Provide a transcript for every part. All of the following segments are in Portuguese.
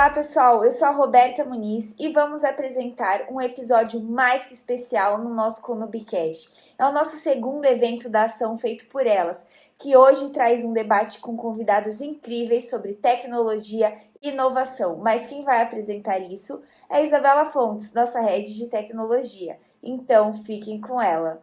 Olá pessoal, eu sou a Roberta Muniz e vamos apresentar um episódio mais que especial no nosso Conubicast. É o nosso segundo evento da ação feito por elas, que hoje traz um debate com convidadas incríveis sobre tecnologia e inovação. Mas quem vai apresentar isso é a Isabela Fontes, nossa head de tecnologia. Então fiquem com ela.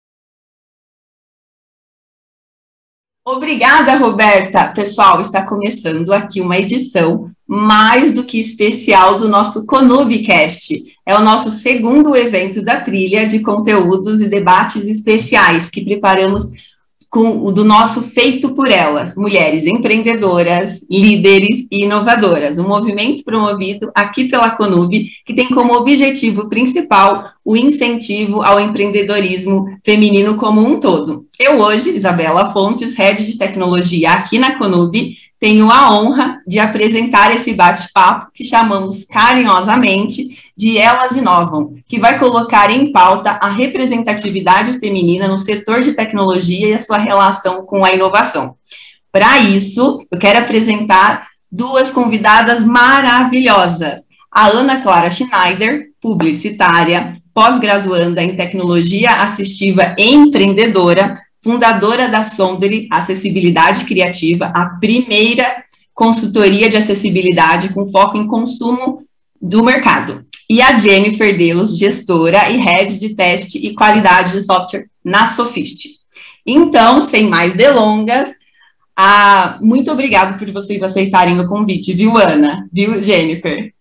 Obrigada, Roberta. Pessoal, está começando aqui uma edição mais do que especial do nosso Conubicast. É o nosso segundo evento da trilha de conteúdos e debates especiais que preparamos do nosso Feito por Elas, mulheres empreendedoras, líderes e inovadoras, um movimento promovido aqui pela Conub, que tem como objetivo principal o incentivo ao empreendedorismo feminino como um todo. Eu hoje, Isabela Fontes, head de tecnologia aqui na Conub, tenho a honra de apresentar esse bate-papo que chamamos carinhosamente de Elas Inovam, que vai colocar em pauta a representatividade feminina no setor de tecnologia e a sua relação com a inovação. Para isso, eu quero apresentar duas convidadas maravilhosas. A Ana Clara Schneider, publicitária, pós-graduanda em tecnologia assistiva e empreendedora, fundadora da Sondre Acessibilidade Criativa, a primeira consultoria de acessibilidade com foco em consumo do mercado. E a Jennifer Deus, gestora e head de teste e qualidade de software na Sofist. Então, sem mais delongas, muito obrigada por vocês aceitarem o convite, viu, Ana? Viu, Jennifer?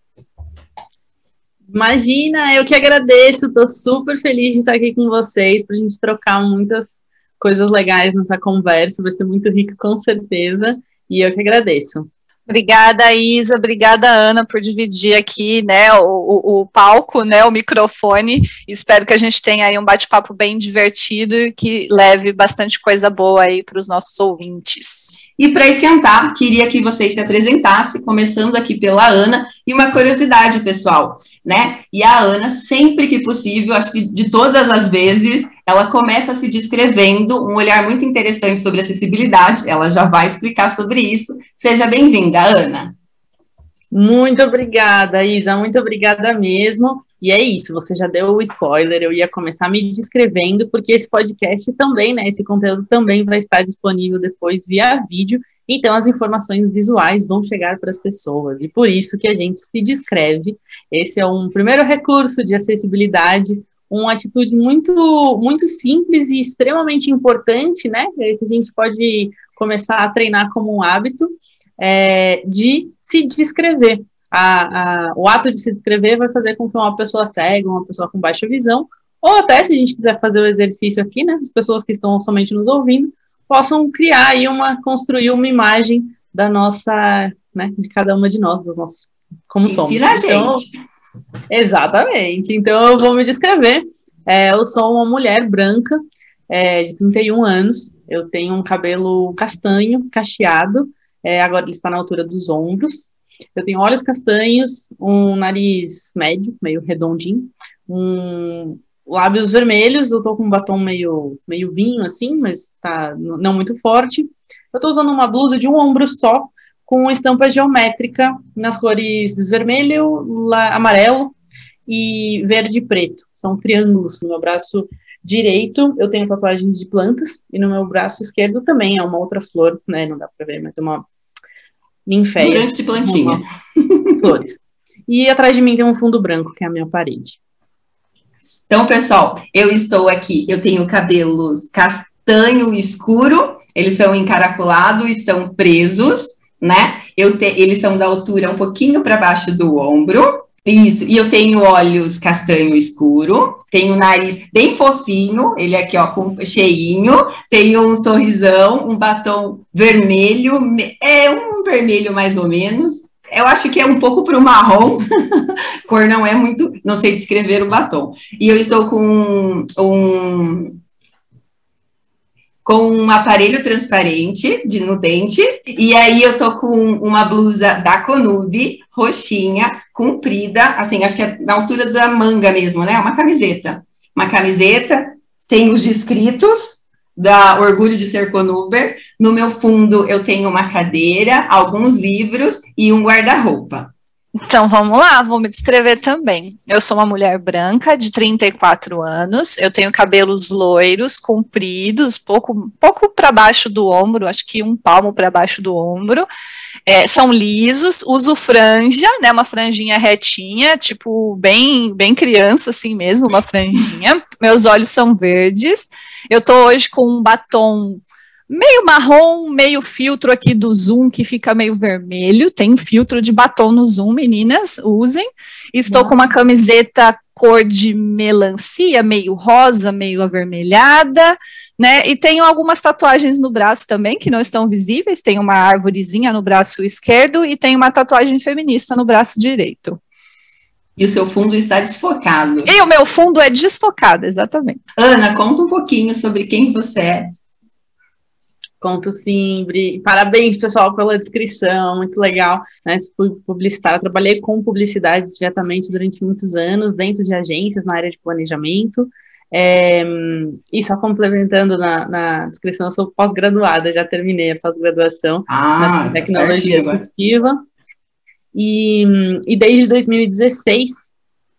Imagina, eu que agradeço, estou super feliz de estar aqui com vocês para a gente trocar muitas coisas legais nessa conversa, vai ser muito rico com certeza, e eu que agradeço. Obrigada, Isa, obrigada, Ana, por dividir aqui, né, o palco, né, o microfone. Espero que a gente tenha aí um bate-papo bem divertido e que leve bastante coisa boa aí para os nossos ouvintes. E para esquentar, queria que vocês se apresentassem, começando aqui pela Ana, e uma curiosidade, pessoal, né? E a Ana, sempre que possível, acho que de todas as vezes, ela começa se descrevendo um olhar muito interessante sobre acessibilidade, ela já vai explicar sobre isso. Seja bem-vinda, Ana. Muito obrigada, Isa, muito obrigada mesmo. E é isso, você já deu o spoiler, eu ia começar me descrevendo, porque esse podcast também, né, esse conteúdo também vai estar disponível depois via vídeo, então as informações visuais vão chegar para as pessoas, e por isso que a gente se descreve. Esse é um primeiro recurso de acessibilidade, uma atitude muito simples e extremamente importante, né, que a gente pode começar a treinar como um hábito, de se descrever. O ato de se descrever vai fazer com que uma pessoa cega, uma pessoa com baixa visão, ou até, se a gente quiser fazer o exercício aqui, né, as pessoas que estão somente nos ouvindo, possam criar aí construir uma imagem da nossa, né, de cada uma de nós, dos nossos, como somos. Ensina a gente. Exatamente. Então, eu vou me descrever. Eu sou uma mulher branca, de 31 anos, eu tenho um cabelo castanho, cacheado, agora ele está na altura dos ombros. Eu tenho olhos castanhos, um nariz médio, meio redondinho, lábios vermelhos, eu tô com um batom meio vinho, assim, mas tá não muito forte. Eu tô usando uma blusa de um ombro só, com estampa geométrica nas cores vermelho, amarelo e verde e preto. São triângulos no meu braço direito. Eu tenho tatuagens de plantas, e no meu braço esquerdo também é uma outra flor, né, não dá pra ver, mas é uma ninféia. Durante de plantinha. Flores. E atrás de mim tem um fundo branco, que é a minha parede. Então, pessoal, eu estou aqui, eu tenho cabelos castanho escuro, eles são encaracolados, estão presos, né? Eles são da altura um pouquinho para baixo do ombro. Isso, e eu tenho olhos castanho escuro, tenho o nariz bem fofinho, ele aqui, ó, cheinho, tenho um sorrisão, um batom vermelho, um vermelho mais ou menos, eu acho que é um pouco pro marrom, cor não é muito, não sei descrever o batom. E eu estou com um aparelho transparente no dente, e aí eu tô com uma blusa da Conub, roxinha, comprida, assim, acho que é na altura da manga mesmo, né? Uma camiseta. Tem os descritos da Orgulho de Ser Conuber. No meu fundo eu tenho uma cadeira, alguns livros e um guarda-roupa. Então, vamos lá, vou me descrever também. Eu sou uma mulher branca, de 34 anos, eu tenho cabelos loiros, compridos, pouco para baixo do ombro, acho que um palmo para baixo do ombro, são lisos, uso franja, né, uma franjinha retinha, tipo, bem criança assim mesmo, uma franjinha, meus olhos são verdes, eu tô hoje com um batom meio marrom, meio filtro aqui do Zoom, que fica meio vermelho. Tem filtro de batom no Zoom, meninas, usem. Estou com uma camiseta cor de melancia, meio rosa, meio avermelhada, né? E tenho algumas tatuagens no braço também, que não estão visíveis. Tem uma árvorezinha no braço esquerdo e tem uma tatuagem feminista no braço direito. E o seu fundo está desfocado. E o meu fundo é desfocado, exatamente. Ana, conta um pouquinho sobre quem você é. Conto sim, Bri. Parabéns, pessoal, pela descrição, muito legal, né? Publicitário, eu trabalhei com publicidade diretamente durante muitos anos, dentro de agências, na área de planejamento, e só complementando na descrição, eu sou pós-graduada, já terminei a pós-graduação na tecnologia assistiva, e desde 2016,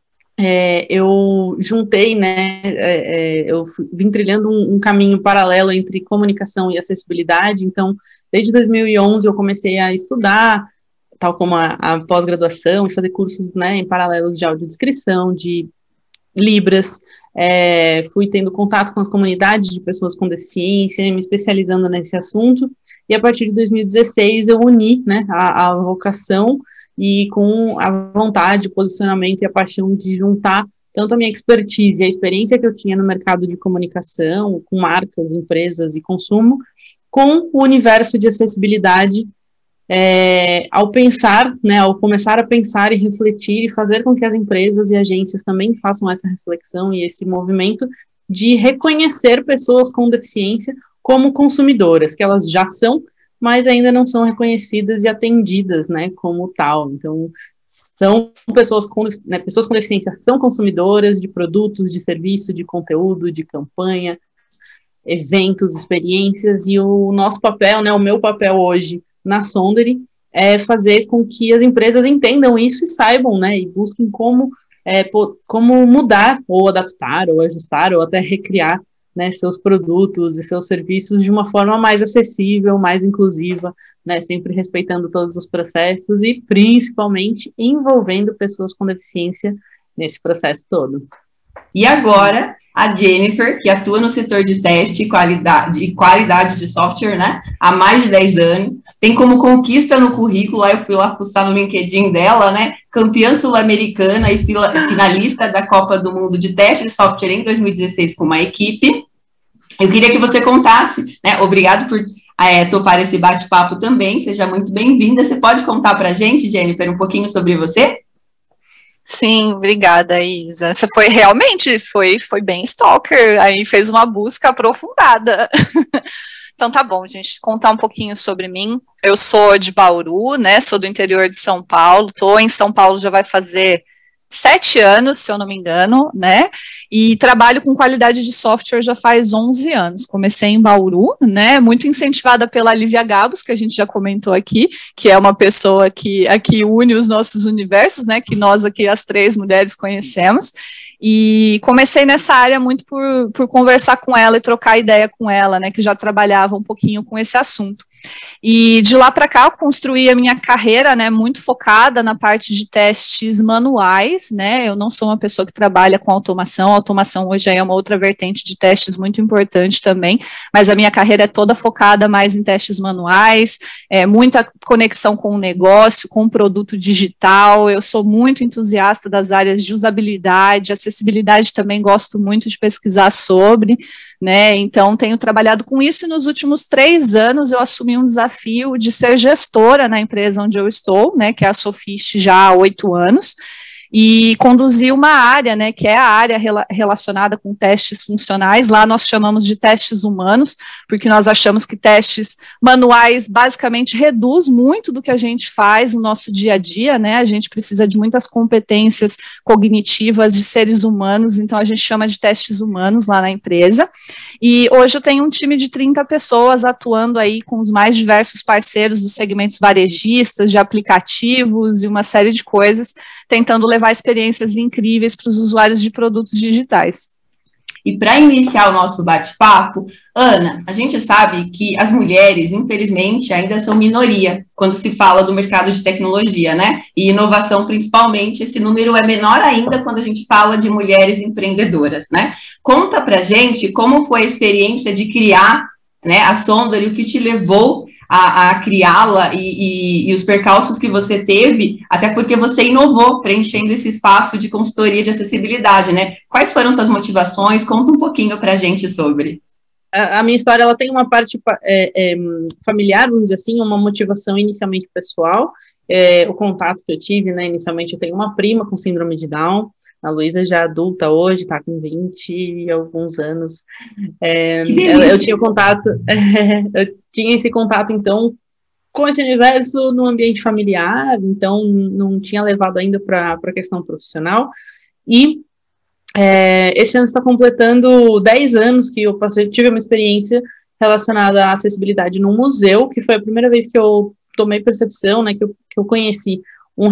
eu juntei, né, eu vim trilhando um caminho paralelo entre comunicação e acessibilidade. Então, desde 2011 eu comecei a estudar, tal como a pós-graduação, e fazer cursos, né, em paralelos de audiodescrição, de Libras, fui tendo contato com as comunidades de pessoas com deficiência, me especializando nesse assunto, e a partir de 2016 eu uni, né, a vocação e com a vontade, o posicionamento e a paixão de juntar tanto a minha expertise e a experiência que eu tinha no mercado de comunicação, com marcas, empresas e consumo, com o universo de acessibilidade, ao pensar, né, ao começar a pensar e refletir e fazer com que as empresas e agências também façam essa reflexão e esse movimento de reconhecer pessoas com deficiência como consumidoras, que elas já são, mas ainda não são reconhecidas e atendidas, né, como tal. Então, são pessoas com deficiência, são consumidoras de produtos, de serviço, de conteúdo, de campanha, eventos, experiências, e o nosso papel, né, o meu papel hoje na Sonderi é fazer com que as empresas entendam isso e saibam, né, e busquem como mudar, ou adaptar, ou ajustar, ou até recriar, né, seus produtos e seus serviços de uma forma mais acessível, mais inclusiva, né, sempre respeitando todos os processos e principalmente envolvendo pessoas com deficiência nesse processo todo. E agora, a Jennifer, que atua no setor de teste e qualidade de software, né, há mais de 10 anos, tem como conquista no currículo, aí eu fui lá postar no LinkedIn dela, né, campeã sul-americana e finalista da Copa do Mundo de Teste de Software em 2016 com uma equipe. Eu queria que você contasse, né, obrigado por topar esse bate-papo também, seja muito bem-vinda. Você pode contar para a gente, Jennifer, um pouquinho sobre você? Sim, obrigada, Isa. Você foi bem stalker, aí fez uma busca aprofundada. Então tá bom, gente, contar um pouquinho sobre mim. Eu sou de Bauru, né, sou do interior de São Paulo, tô em São Paulo já vai fazer 7 anos, se eu não me engano, né, e trabalho com qualidade de software já faz 11 anos, comecei em Bauru, né, muito incentivada pela Lívia Gabos, que a gente já comentou aqui, que é uma pessoa que aqui une os nossos universos, né, que nós aqui, as 3 mulheres, conhecemos, e comecei nessa área muito por conversar com ela e trocar ideia com ela, né, que já trabalhava um pouquinho com esse assunto. E de lá para cá eu construí a minha carreira, né, muito focada na parte de testes manuais, né, eu não sou uma pessoa que trabalha com automação, a automação hoje é uma outra vertente de testes muito importante também, mas a minha carreira é toda focada mais em testes manuais, muita conexão com o negócio, com o produto digital, eu sou muito entusiasta das áreas de usabilidade, acessibilidade também gosto muito de pesquisar sobre, né, então tenho trabalhado com isso e nos últimos 3 anos eu assumi um desafio de ser gestora na empresa onde eu estou, né, que é a Sofist já há 8 anos, e conduzir uma área, né, que é a área relacionada com testes funcionais. Lá nós chamamos de testes humanos, porque nós achamos que testes manuais basicamente reduz muito do que a gente faz no nosso dia a dia, né, a gente precisa de muitas competências cognitivas de seres humanos, então a gente chama de testes humanos lá na empresa, e hoje eu tenho um time de 30 pessoas atuando aí com os mais diversos parceiros dos segmentos varejistas, de aplicativos e uma série de coisas, tentando levar experiências incríveis para os usuários de produtos digitais. E para iniciar o nosso bate-papo, Ana, a gente sabe que as mulheres, infelizmente, ainda são minoria quando se fala do mercado de tecnologia, né? E inovação, principalmente, esse número é menor ainda quando a gente fala de mulheres empreendedoras, né? Conta pra gente como foi a experiência de criar, né, a Sondor e o que te levou a criá-la e os percalços que você teve, até porque você inovou preenchendo esse espaço de consultoria de acessibilidade, né? Quais foram suas motivações? Conta um pouquinho para a gente sobre. A minha história, ela tem uma parte familiar, vamos dizer assim, uma motivação inicialmente pessoal, o contato que eu tive, né, inicialmente eu tenho uma prima com síndrome de Down, a Luísa já adulta hoje, está com 20 e alguns anos. Eu tinha contato, eu tinha esse contato, então, com esse universo no ambiente familiar, então não tinha levado ainda para a questão profissional. E esse ano está completando 10 anos que eu tive uma experiência relacionada à acessibilidade num museu, que foi a primeira vez que eu tomei percepção, né, que eu conheci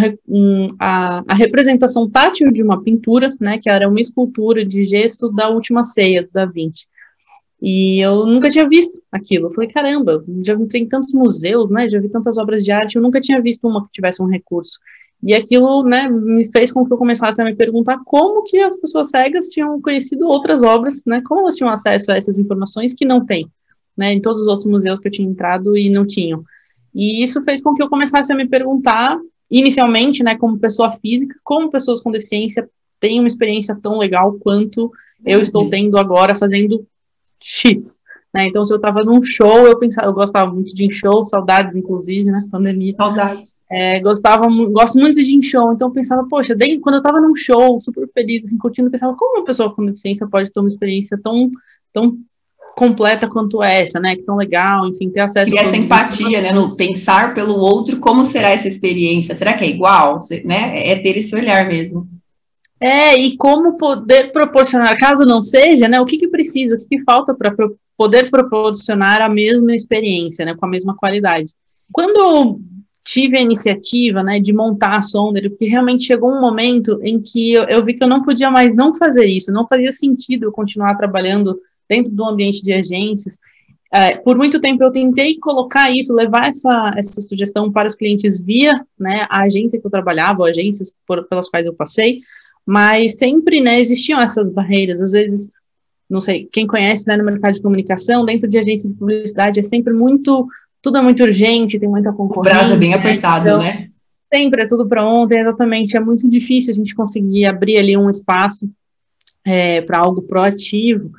a representação tátil de uma pintura, né, que era uma escultura de gesso da Última Ceia, do Da Vinci. E eu nunca tinha visto aquilo. Eu falei, caramba, já entrei em tantos museus, né, já vi tantas obras de arte, eu nunca tinha visto uma que tivesse um recurso. E aquilo, né, me fez com que eu começasse a me perguntar como que as pessoas cegas tinham conhecido outras obras, né, como elas tinham acesso a essas informações que não tem, né, em todos os outros museus que eu tinha entrado e não tinham. E isso fez com que eu começasse a me perguntar, inicialmente, né, como pessoa física, como pessoas com deficiência têm uma experiência tão legal quanto eu estou tendo agora fazendo X, né, então se eu estava num show, eu gostava muito de ir em show, saudades, inclusive, né, pandemia. Saudades. Gosto muito de ir em show, então eu pensava, poxa, quando eu estava num show, super feliz, assim, curtindo, eu pensava, como uma pessoa com deficiência pode ter uma experiência tão completa quanto essa, né, que tão legal, enfim, ter acesso a essa empatia, né, no pensar pelo outro, como será essa experiência, será que é igual, né, ter esse olhar mesmo. E como poder proporcionar, caso não seja, né, o que precisa, o que falta para poder proporcionar a mesma experiência, né, com a mesma qualidade. Quando eu tive a iniciativa, né, de montar a Sondor, porque realmente chegou um momento em que eu vi que eu não podia mais não fazer isso, não fazia sentido eu continuar trabalhando dentro do ambiente de agências. Por muito tempo eu tentei colocar isso, levar essa sugestão para os clientes via, né, a agência que eu trabalhava, ou agências pelas quais eu passei, mas sempre, né, existiam essas barreiras. Às vezes, não sei, quem conhece, né, no mercado de comunicação, dentro de agência de publicidade tudo é muito urgente, tem muita concorrência. O braço é bem apertado, então, né? Sempre é tudo para ontem, exatamente, é muito difícil a gente conseguir abrir ali um espaço para algo proativo.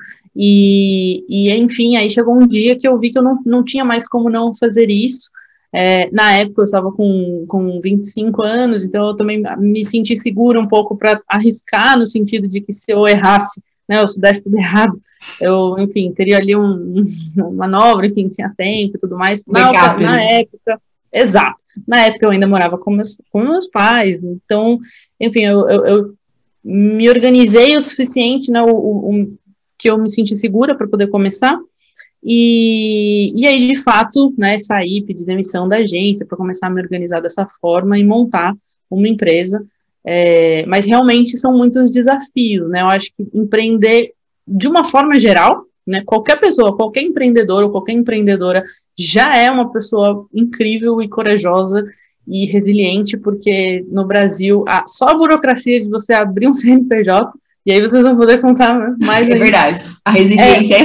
E enfim, aí chegou um dia que eu vi que eu não tinha mais como não fazer isso. Na época eu estava com 25 anos, então eu também me senti segura um pouco para arriscar, no sentido de que se eu errasse, né, eu desse tudo errado, eu, enfim, teria ali uma manobra, enfim, tinha tempo e tudo mais. Na época, exato, na época eu ainda morava com meus pais, então, enfim, eu me organizei o suficiente, né, que eu me senti segura para poder começar, e aí, de fato, né, saí, pedi demissão da agência para começar a me organizar dessa forma e montar uma empresa, mas realmente são muitos desafios, né, eu acho que empreender de uma forma geral, né, qualquer pessoa, qualquer empreendedor ou qualquer empreendedora já é uma pessoa incrível e corajosa e resiliente, porque no Brasil, só a burocracia de você abrir um CNPJ, e aí vocês vão poder contar mais. É verdade, a resiliência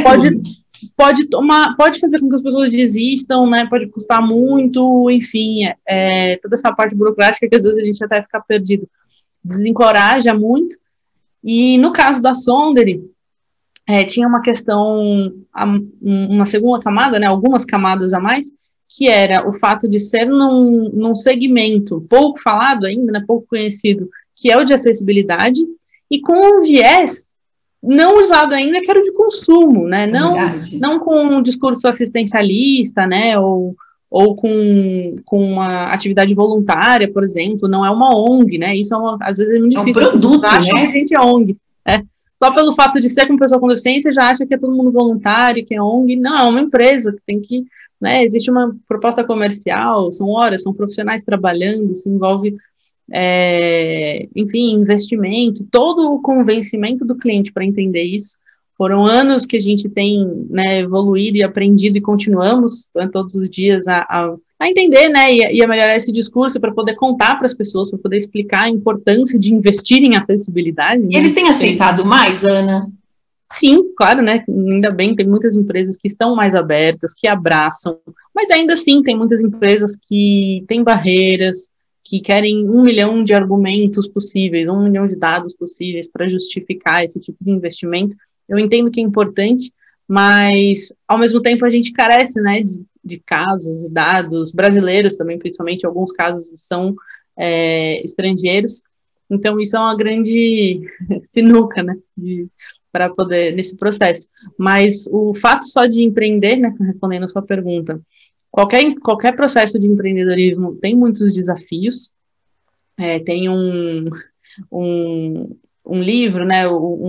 pode fazer com que as pessoas desistam, né, pode custar muito, enfim, toda essa parte burocrática que às vezes a gente até fica perdido, desencoraja muito. E no caso da Sondor, tinha uma questão, uma segunda camada, né, algumas camadas a mais, que era o fato de ser num segmento pouco falado ainda, né, pouco conhecido, que é o de acessibilidade, e com um viés não usado ainda, que era o de consumo, né? Não com um discurso assistencialista, né? Ou com uma atividade voluntária, por exemplo, não é uma ONG, né? Isso às vezes é muito difícil. É um produto, né? Que a gente é ONG, né? Só pelo fato de ser com pessoa com deficiência, já acha que é todo mundo voluntário, que é ONG. Não, é uma empresa que tem que, né? Existe uma proposta comercial, são horas, são profissionais trabalhando, se envolve, enfim, investimento, todo o convencimento do cliente para entender isso. Foram anos que a gente tem, né, evoluído e aprendido e continuamos, né, todos os dias a entender, né, e a melhorar esse discurso para poder contar para as pessoas, para poder explicar a importância de investir em acessibilidade. Né? Eles têm aceitado mais, Ana? Sim, claro, né, ainda bem, tem muitas empresas que estão mais abertas, que abraçam, mas ainda assim tem muitas empresas que têm barreiras, que querem 1 milhão de argumentos possíveis, 1 milhão de dados possíveis para justificar esse tipo de investimento. Eu entendo que é importante, mas, ao mesmo tempo, a gente carece, né, de casos e dados brasileiros também, principalmente, alguns casos são estrangeiros, então isso é uma grande sinuca, né, para poder, nesse processo. Mas o fato só de empreender, né, respondendo a sua pergunta, qualquer processo de empreendedorismo tem muitos desafios, tem um livro, né,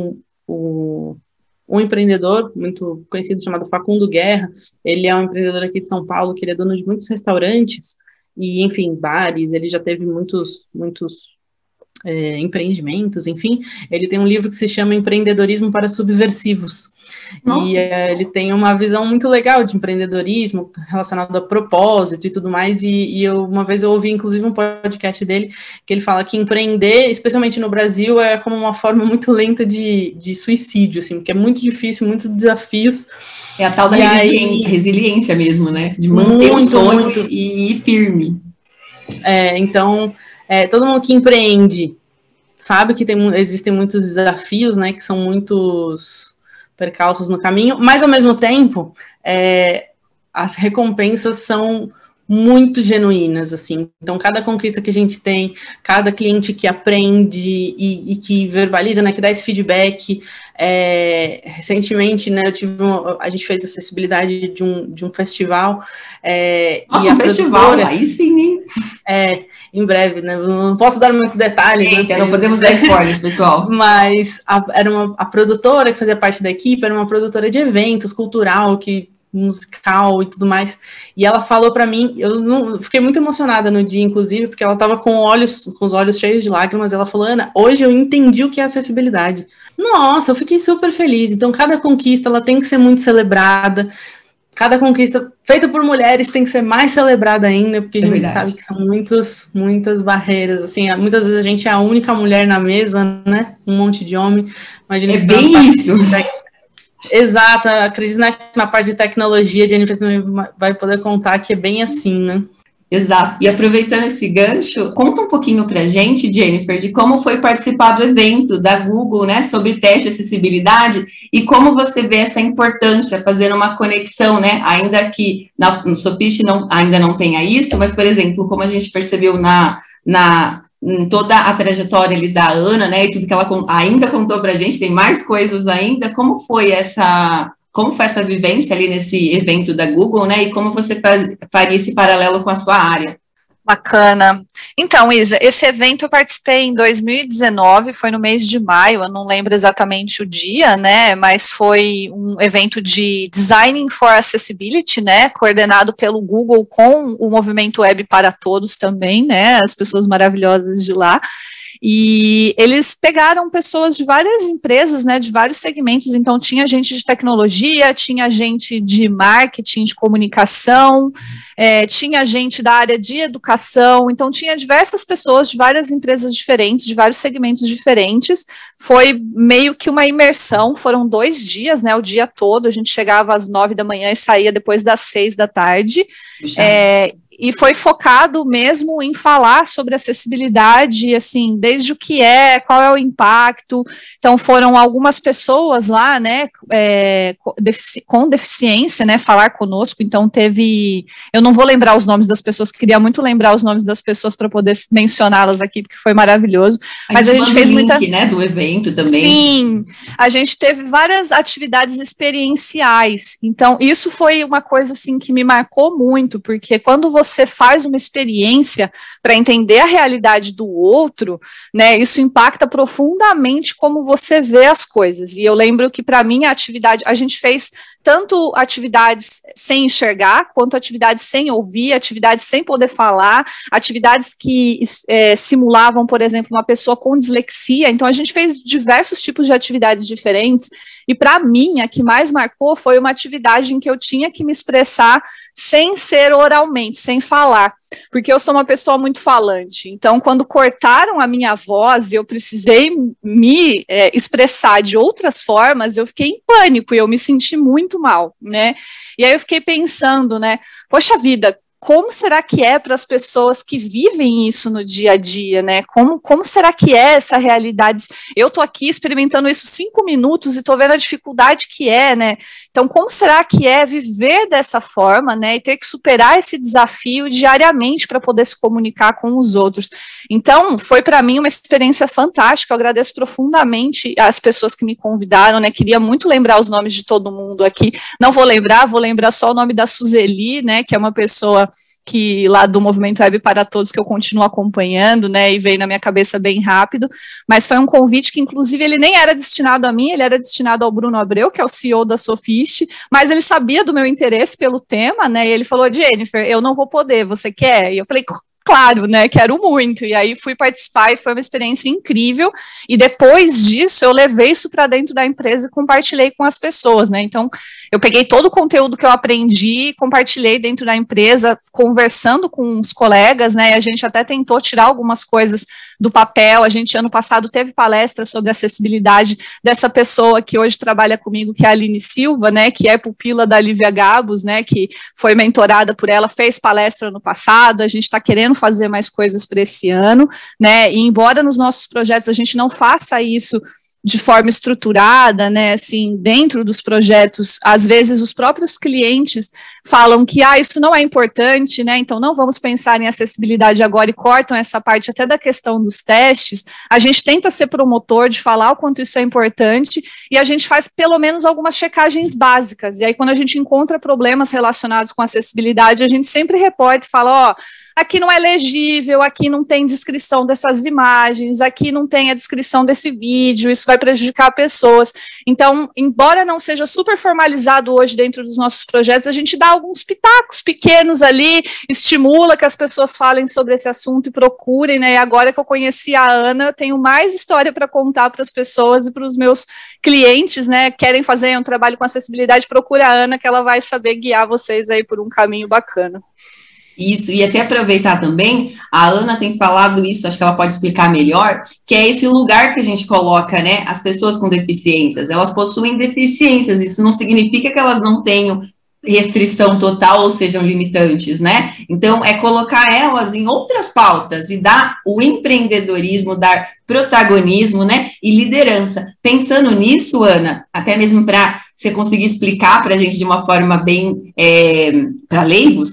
um empreendedor muito conhecido chamado Facundo Guerra, ele é um empreendedor aqui de São Paulo, que ele é dono de muitos restaurantes e, enfim, bares, ele já teve muitos empreendimentos, enfim, ele tem um livro que se chama Empreendedorismo para Subversivos, e ele tem uma visão muito legal de empreendedorismo relacionado a propósito e tudo mais, e uma vez eu ouvi inclusive um podcast dele, que ele fala que empreender, especialmente no Brasil, é como uma forma muito lenta de suicídio, assim, porque é muito difícil, muitos desafios. É a tal da resiliência mesmo, né? De manter o sonho e ir firme. Então, todo mundo que empreende sabe que existem muitos desafios, né? Que são muitos percalços no caminho, mas ao mesmo tempo, as recompensas são muito genuínas, assim. Então, cada conquista que a gente tem, cada cliente que aprende e que verbaliza, né, que dá esse feedback. Recentemente, né, a gente fez acessibilidade de um festival. Nossa, um festival, aí sim, hein? Em breve, né? Não posso dar muitos detalhes. Eita, não podemos dar spoilers, pessoal. Mas a produtora que fazia parte da equipe era uma produtora de eventos, cultural, musical e tudo mais, e ela falou para mim, eu fiquei muito emocionada no dia, inclusive, porque ela estava com os olhos cheios de lágrimas, ela falou, Ana, hoje eu entendi o que é acessibilidade. Nossa, eu fiquei super feliz. Então, cada conquista, ela tem que ser muito celebrada, cada conquista feita por mulheres tem que ser mais celebrada ainda, porque a gente sabe que são muitas barreiras, assim, muitas vezes a gente é a única mulher na mesa, né, um monte de homem. Imagina é bem isso. Exato, acredito na parte de tecnologia, a Jennifer também vai poder contar que é bem assim, né? Exato. E aproveitando esse gancho, conta um pouquinho pra gente, Jennifer, de como foi participar do evento da Google, né, sobre teste de acessibilidade e como você vê essa importância, fazendo uma conexão, né, ainda que no Sofist ainda não tenha isso, mas, por exemplo, como a gente percebeu em toda a trajetória ali da Ana, né, e tudo que ela ainda contou pra gente, tem mais coisas ainda, como foi essa vivência ali nesse evento da Google, né, e como você faria esse paralelo com a sua área? Bacana. Então, Isa, esse evento eu participei em 2019, foi no mês de maio, eu não lembro exatamente o dia, né, mas foi um evento de Designing for Accessibility, né, coordenado pelo Google com o Movimento Web para Todos também, né, as pessoas maravilhosas de lá. E eles pegaram pessoas de várias empresas, né, de vários segmentos, então tinha gente de tecnologia, tinha gente de marketing, de comunicação, tinha gente da área de educação, então tinha diversas pessoas de várias empresas diferentes, de vários segmentos diferentes. Foi meio que uma imersão, foram 2 dias, né, o dia todo, a gente chegava às 9 da manhã e saía depois das 6 da tarde, e foi focado mesmo em falar sobre acessibilidade, assim, desde o que é, qual é o impacto. Então, foram algumas pessoas lá, né, com deficiência, né, falar conosco. Então, teve, eu não vou lembrar os nomes das pessoas, queria muito lembrar os nomes das pessoas para poder mencioná-las aqui, porque foi maravilhoso. Mas a gente fez muita, né, do evento também. Sim, a gente teve várias atividades experienciais. Então, isso foi uma coisa, assim, que me marcou muito, porque quando você faz uma experiência para entender a realidade do outro, né, isso impacta profundamente como você vê as coisas. E eu lembro que, para mim, a atividade, a gente fez tanto atividades sem enxergar, quanto atividades sem ouvir, atividades sem poder falar, atividades que simulavam, por exemplo, uma pessoa com dislexia. Então, a gente fez diversos tipos de atividades diferentes, e para mim, a que mais marcou foi uma atividade em que eu tinha que me expressar sem ser oralmente, sem falar, porque eu sou uma pessoa muito falante. Então, quando cortaram a minha voz e eu precisei me expressar de outras formas, eu fiquei em pânico e eu me senti muito mal, né? E aí eu fiquei pensando, né? Poxa vida, como será que é para as pessoas que vivem isso no dia a dia, né? Como será que é essa realidade? Eu estou aqui experimentando isso 5 minutos e estou vendo a dificuldade que é, né? Então, como será que é viver dessa forma, né? E ter que superar esse desafio diariamente para poder se comunicar com os outros. Então, foi para mim uma experiência fantástica. Eu agradeço profundamente as pessoas que me convidaram, né? Queria muito lembrar os nomes de todo mundo aqui. Não vou lembrar só o nome da Suzeli, né? Que é uma pessoa que lá do Movimento Web para Todos, que eu continuo acompanhando, né, e veio na minha cabeça bem rápido, mas foi um convite que, inclusive, ele nem era destinado a mim, ele era destinado ao Bruno Abreu, que é o CEO da Sofist, mas ele sabia do meu interesse pelo tema, né, e ele falou, Jennifer, eu não vou poder, você quer? E eu falei, claro, né, quero muito, e aí fui participar e foi uma experiência incrível, e depois disso eu levei isso para dentro da empresa e compartilhei com as pessoas, né, então eu peguei todo o conteúdo que eu aprendi, compartilhei dentro da empresa, conversando com os colegas, né, e a gente até tentou tirar algumas coisas do papel. A gente, ano passado, teve palestra sobre acessibilidade dessa pessoa que hoje trabalha comigo, que é a Aline Silva, né, que é pupila da Lívia Gabos, né, que foi mentorada por ela, fez palestra ano passado. A gente está querendo fazer mais coisas para esse ano, né, e embora nos nossos projetos a gente não faça isso de forma estruturada, né, assim, dentro dos projetos, às vezes os próprios clientes falam que, isso não é importante, né, então não vamos pensar em acessibilidade agora e cortam essa parte até da questão dos testes. A gente tenta ser promotor de falar o quanto isso é importante e a gente faz pelo menos algumas checagens básicas, e aí quando a gente encontra problemas relacionados com acessibilidade, a gente sempre reporta e fala, aqui não é legível, aqui não tem descrição dessas imagens, aqui não tem a descrição desse vídeo, isso vai prejudicar pessoas. Então, embora não seja super formalizado hoje dentro dos nossos projetos, a gente dá alguns pitacos pequenos ali, estimula que as pessoas falem sobre esse assunto e procurem, né? E agora que eu conheci a Ana, eu tenho mais história para contar para as pessoas e para os meus clientes, né? Querem fazer um trabalho com acessibilidade, procura a Ana, que ela vai saber guiar vocês aí por um caminho bacana. Isso, e até aproveitar também, a Ana tem falado isso, acho que ela pode explicar melhor, que é esse lugar que a gente coloca, né, as pessoas com deficiências, elas possuem deficiências, isso não significa que elas não tenham restrição total ou sejam limitantes, né? Então, é colocar elas em outras pautas e dar o empreendedorismo, dar protagonismo, né, e liderança. Pensando nisso, Ana, até mesmo para você conseguir explicar para a gente de uma forma bem para leigos,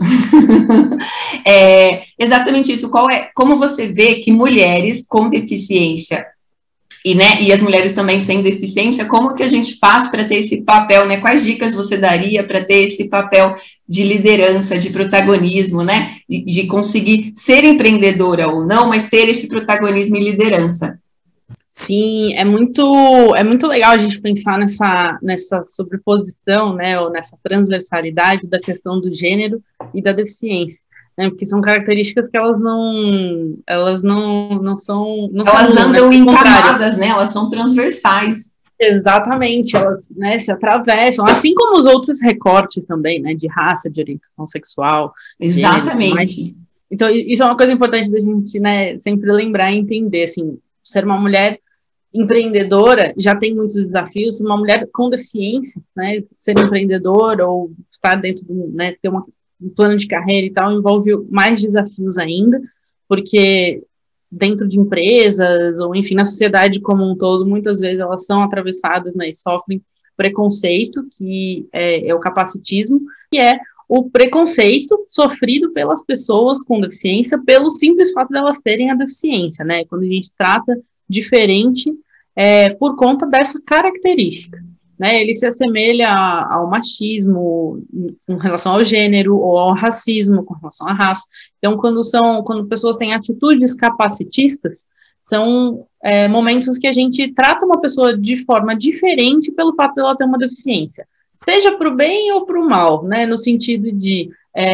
exatamente isso. Como você vê que mulheres com deficiência e as mulheres também sem deficiência, como que a gente faz para ter esse papel, né? Quais dicas você daria para ter esse papel de liderança, de protagonismo, né? De conseguir ser empreendedora ou não, mas ter esse protagonismo e liderança. Sim, é muito legal a gente pensar nessa sobreposição, né, ou nessa transversalidade da questão do gênero e da deficiência. Né, porque são características que elas não são... Elas andam em camadas, né? Elas são transversais. Exatamente, elas, né, se atravessam, assim como os outros recortes também, né, de raça, de orientação sexual. Exatamente. Gênero, então, isso é uma coisa importante da gente, né, sempre lembrar e entender, assim, ser uma mulher empreendedora já tem muitos desafios, uma mulher com deficiência, né, ser empreendedora ou estar dentro do, né, ter uma plano de carreira e tal, envolve mais desafios ainda, porque dentro de empresas, ou enfim, na sociedade como um todo, muitas vezes elas são atravessadas, né, e sofrem preconceito, que é o capacitismo, que é o preconceito sofrido pelas pessoas com deficiência pelo simples fato de elas terem a deficiência, né, quando a gente trata diferente por conta dessa característica. Né, ele se assemelha ao machismo com relação ao gênero, ou ao racismo com relação à raça. Então, quando pessoas têm atitudes capacitistas, são momentos que a gente trata uma pessoa de forma diferente pelo fato de ela ter uma deficiência, seja para o bem ou para o mal, né, no sentido de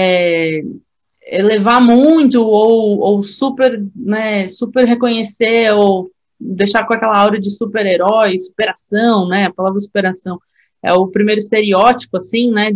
elevar muito, ou super, né, super reconhecer, ou deixar com aquela aura de super-herói, superação, né, a palavra superação é o primeiro estereótipo, assim, né,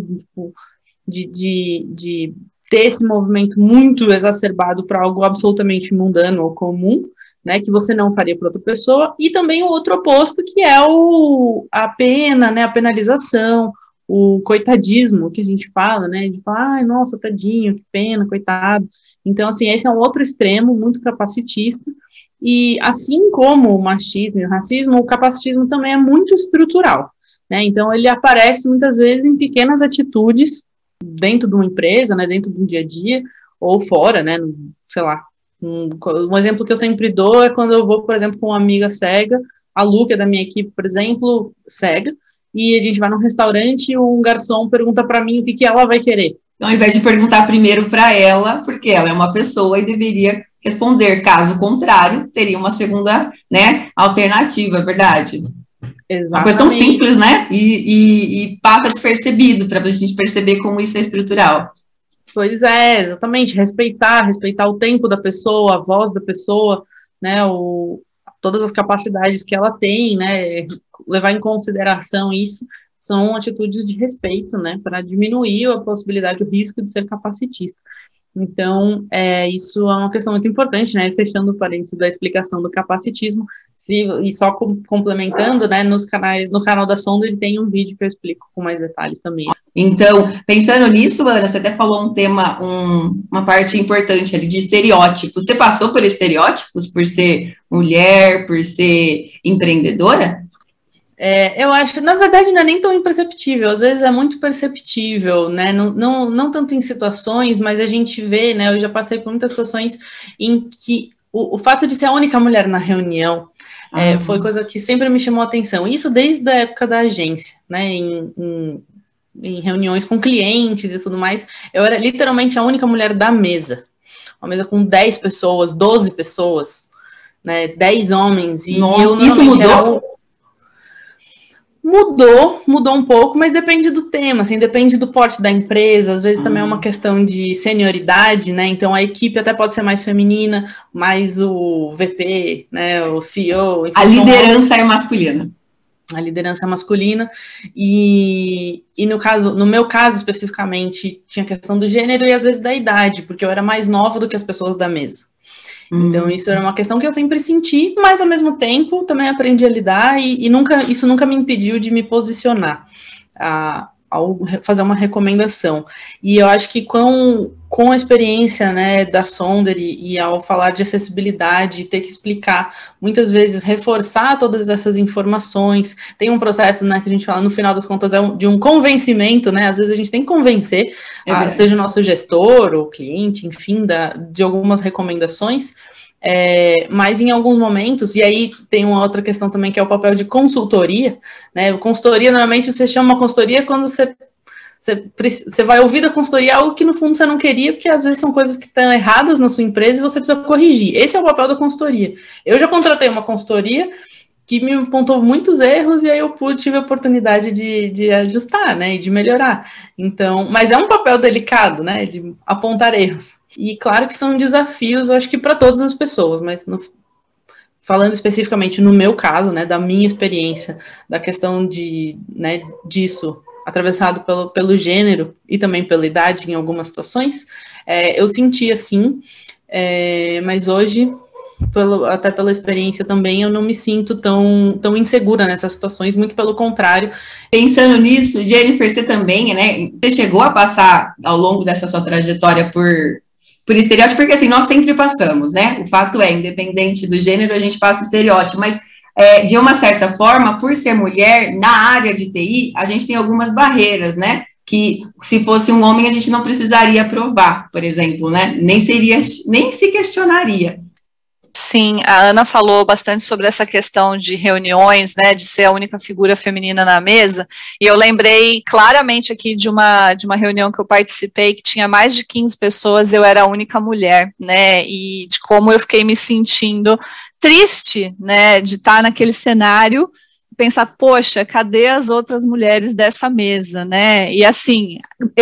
de ter esse movimento muito exacerbado para algo absolutamente mundano ou comum, né, que você não faria para outra pessoa, e também o outro oposto, que é a pena, né, a penalização, o coitadismo, que a gente fala, né, de falar, ai, nossa, tadinho, que pena, coitado. Então, assim, esse é um outro extremo muito capacitista. E assim como o machismo e o racismo, o capacitismo também é muito estrutural, né? Então ele aparece muitas vezes em pequenas atitudes dentro de uma empresa, né, dentro do dia a dia, ou fora, né, sei lá. Um exemplo que eu sempre dou é quando eu vou, por exemplo, com uma amiga cega, a Lu, que é da minha equipe, por exemplo, cega, e a gente vai num restaurante e um garçom pergunta para mim o que ela vai querer. Então, ao invés de perguntar primeiro para ela, porque ela é uma pessoa e deveria responder, caso contrário, teria uma segunda, né, alternativa, é verdade? Exatamente. Uma coisa tão simples, né, e passa despercebido, para a gente perceber como isso é estrutural. Pois é, exatamente, respeitar o tempo da pessoa, a voz da pessoa, né, todas as capacidades que ela tem, né, levar em consideração isso, são atitudes de respeito, né, para diminuir a possibilidade, o risco de ser capacitista. Então, isso é uma questão muito importante, né, fechando o parênteses da explicação do capacitismo, e só complementando, né, no canal da Sonda ele tem um vídeo que eu explico com mais detalhes também. Então, pensando nisso, Ana, você até falou um tema, uma parte importante ali de estereótipos. Você passou por estereótipos por ser mulher, por ser empreendedora? Eu acho, na verdade, não é nem tão imperceptível, às vezes é muito perceptível, né, não tanto em situações, mas a gente vê, né, eu já passei por muitas situações em que o fato de ser a única mulher na reunião foi coisa que sempre me chamou a atenção, isso desde a época da agência, né, em reuniões com clientes e tudo mais, eu era literalmente a única mulher da mesa, uma mesa com 10 pessoas, 12 pessoas, né, 10 homens, e nossa, eu isso mudou? Mudou um pouco, mas depende do tema, assim, depende do porte da empresa, às vezes também é uma questão de senioridade, né, então a equipe até pode ser mais feminina, mas o VP, né, o CEO... Enfim, a liderança é masculina. A liderança é masculina, e no meu caso especificamente, tinha questão do gênero e às vezes da idade, porque eu era mais nova do que as pessoas da mesa. Então, isso era uma questão que eu sempre senti, mas, ao mesmo tempo, também aprendi a lidar e isso nunca me impediu de me posicionar ao fazer uma recomendação. E eu acho que com a experiência, né, da Sonder e ao falar de acessibilidade, ter que explicar, muitas vezes, reforçar todas essas informações, tem um processo, né, que a gente fala, no final das contas, de um convencimento, né, às vezes a gente tem que convencer, seja o nosso gestor, ou cliente, enfim, de algumas recomendações, mas em alguns momentos, e aí tem uma outra questão também, que é o papel de consultoria, né, consultoria, normalmente você chama uma consultoria quando você vai ouvir da consultoria algo que no fundo você não queria, porque às vezes são coisas que estão erradas na sua empresa e você precisa corrigir. Esse é o papel da consultoria. Eu já contratei uma consultoria que me apontou muitos erros e aí eu tive a oportunidade de ajustar, né, e de melhorar. Então, mas é um papel delicado, né, de apontar erros. E claro que são desafios, eu acho que para todas as pessoas, mas falando especificamente no meu caso, né, da minha experiência, da questão disso, atravessado pelo gênero e também pela idade em algumas situações, eu senti assim, mas hoje até pela experiência também, eu não me sinto tão insegura nessas situações, muito pelo contrário. Pensando nisso, Jennifer, você também, né? Você chegou a passar ao longo dessa sua trajetória por estereótipo, porque assim, nós sempre passamos, né? O fato é, independente do gênero, a gente passa o estereótipo, mas de uma certa forma, por ser mulher, na área de TI, a gente tem algumas barreiras, né? Que se fosse um homem, a gente não precisaria provar, por exemplo, né? Nem se questionaria. Sim, a Ana falou bastante sobre essa questão de reuniões, né, de ser a única figura feminina na mesa, e eu lembrei claramente aqui de uma reunião que eu participei, que tinha mais de 15 pessoas, eu era a única mulher, né, e de como eu fiquei me sentindo triste, né, de estar naquele cenário, pensar, poxa, cadê as outras mulheres dessa mesa, né, e assim,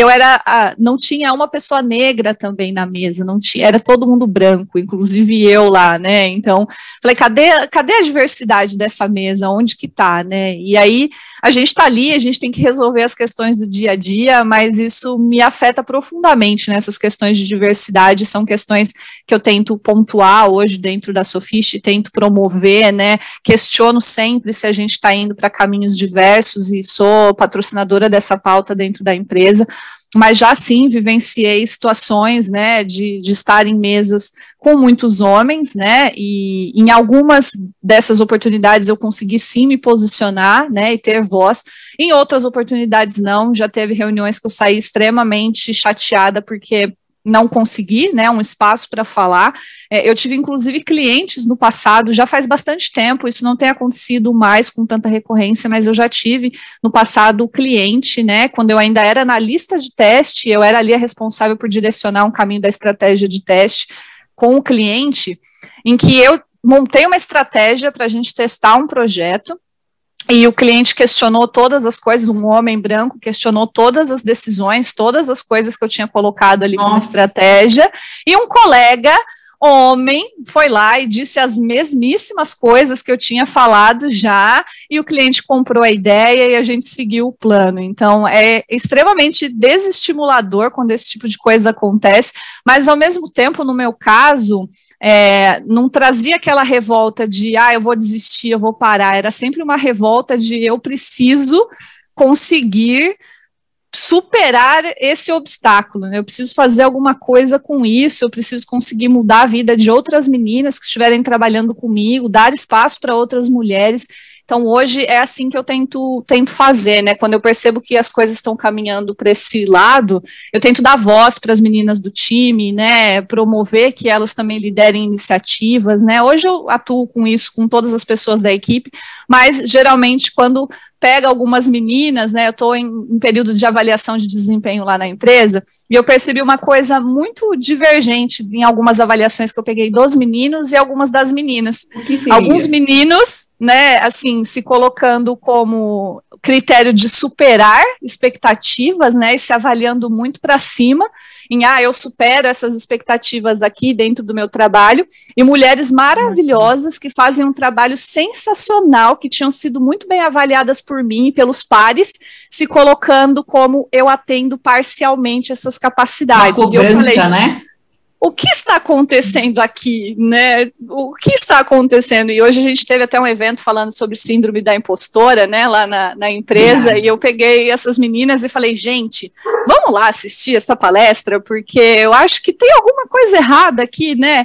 não tinha uma pessoa negra também na mesa, não tinha, era todo mundo branco, inclusive eu lá, né, então, falei, cadê a diversidade dessa mesa, onde que tá, né, e aí, a gente tá ali, a gente tem que resolver as questões do dia a dia, mas isso me afeta profundamente, nessas questões de diversidade, são questões que eu tento pontuar hoje dentro da Sofist, tento promover, né, questiono sempre se a gente está indo para caminhos diversos e sou patrocinadora dessa pauta dentro da empresa, mas já sim vivenciei situações, né, de estar em mesas com muitos homens, né, e em algumas dessas oportunidades eu consegui sim me posicionar, né, e ter voz, em outras oportunidades não, já teve reuniões que eu saí extremamente chateada porque não consegui, né, um espaço para falar. Eu tive, inclusive, clientes no passado, já faz bastante tempo, isso não tem acontecido mais com tanta recorrência, mas eu já tive no passado cliente, né, quando eu ainda era analista de teste, eu era ali a responsável por direcionar um caminho da estratégia de teste com o cliente, em que eu montei uma estratégia para a gente testar um projeto, e o cliente questionou todas as coisas, um homem branco questionou todas as decisões, todas as coisas que eu tinha colocado ali como estratégia, e um colega homem foi lá e disse as mesmíssimas coisas que eu tinha falado já, e o cliente comprou a ideia e a gente seguiu o plano. Então, é extremamente desestimulador quando esse tipo de coisa acontece, mas ao mesmo tempo, no meu caso, não trazia aquela revolta de, eu vou desistir, eu vou parar, era sempre uma revolta de eu preciso conseguir superar esse obstáculo, né? Eu preciso fazer alguma coisa com isso, eu preciso conseguir mudar a vida de outras meninas que estiverem trabalhando comigo, dar espaço para outras mulheres. Então, hoje é assim que eu tento fazer, né? Quando eu percebo que as coisas estão caminhando para esse lado, eu tento dar voz para as meninas do time, né? Promover que elas também liderem iniciativas, né? Hoje eu atuo com isso com todas as pessoas da equipe, mas geralmente quando pega algumas meninas, né? Eu estou em período de avaliação de desempenho lá na empresa, e eu percebi uma coisa muito divergente em algumas avaliações que eu peguei dos meninos e algumas das meninas. O que seria? Alguns meninos, né, assim, se colocando como critério de superar expectativas, né, e se avaliando muito para cima, em, eu supero essas expectativas aqui dentro do meu trabalho, e mulheres maravilhosas que fazem um trabalho sensacional, que tinham sido muito bem avaliadas por mim e pelos pares, se colocando como eu atendo parcialmente essas capacidades. Uma cobrança, e eu falei, né? O que está acontecendo aqui, né? O que está acontecendo? E hoje a gente teve até um evento falando sobre síndrome da impostora, né, lá na empresa, e eu peguei essas meninas e falei, gente, vamos lá assistir essa palestra, porque eu acho que tem alguma coisa errada aqui, né?